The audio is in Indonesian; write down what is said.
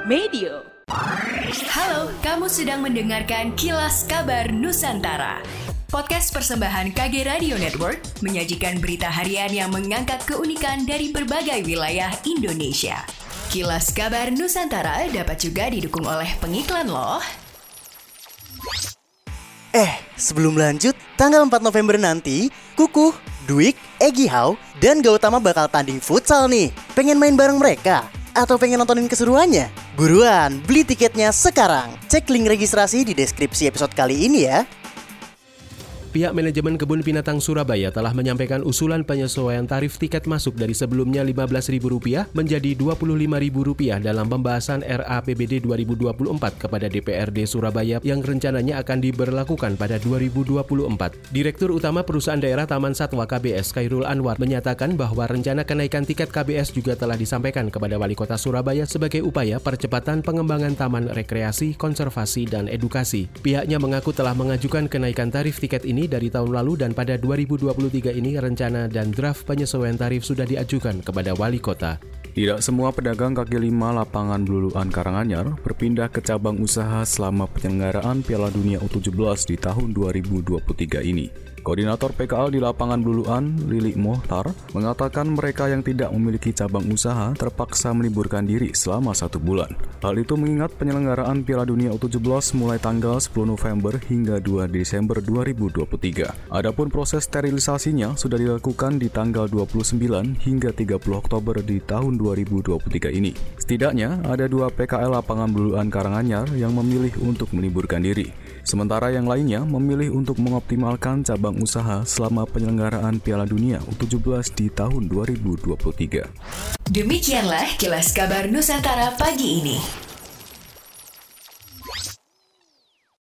Medio. Halo, kamu sedang mendengarkan Kilas Kabar Nusantara. Podcast persembahan KG Radio Network menyajikan berita harian yang mengangkat keunikan dari berbagai wilayah Indonesia. Kilas Kabar Nusantara dapat juga didukung oleh pengiklan loh. Sebelum lanjut, tanggal 4 November nanti, Kukuh, Dwik, Egy Hau, dan Gautama bakal tanding futsal nih. Pengen main bareng mereka? Atau pengen nontonin keseruannya? Buruan, beli tiketnya sekarang. Cek link registrasi di deskripsi episode kali ini ya. Pihak manajemen Kebun Binatang Surabaya telah menyampaikan usulan penyesuaian tarif tiket masuk dari sebelumnya Rp15.000 menjadi Rp25.000 dalam pembahasan RAPBD 2024 kepada DPRD Surabaya yang rencananya akan diberlakukan pada 2024. Direktur Utama Perusahaan Daerah Taman Satwa KBS Khairul Anwar menyatakan bahwa rencana kenaikan tiket KBS juga telah disampaikan kepada Wali Kota Surabaya sebagai upaya percepatan pengembangan taman rekreasi, konservasi, dan edukasi. Pihaknya mengaku telah mengajukan kenaikan tarif tiket ini dari tahun lalu dan pada 2023 ini rencana dan draft penyesuaian tarif sudah diajukan kepada Wali Kota. Tidak semua pedagang kaki lima lapangan Bluluan Karanganyar berpindah ke cabang usaha selama penyelenggaraan Piala Dunia U17 di tahun 2023 ini. Koordinator PKL di lapangan Bluluan, Lili Mohtar, mengatakan mereka yang tidak memiliki cabang usaha terpaksa meliburkan diri selama 1 bulan. Hal itu mengingat penyelenggaraan Piala Dunia U17 mulai tanggal 10 November hingga 2 Desember 2023. Adapun proses sterilisasinya sudah dilakukan di tanggal 29 hingga 30 Oktober di tahun 2023 ini. Setidaknya ada 2 PKL lapangan Bluluan Karanganyar yang memilih untuk meliburkan diri. Sementara yang lainnya memilih untuk mengoptimalkan cabang usaha selama penyelenggaraan Piala Dunia U17 di tahun 2023. Demikianlah Kilas Kabar Nusantara pagi ini.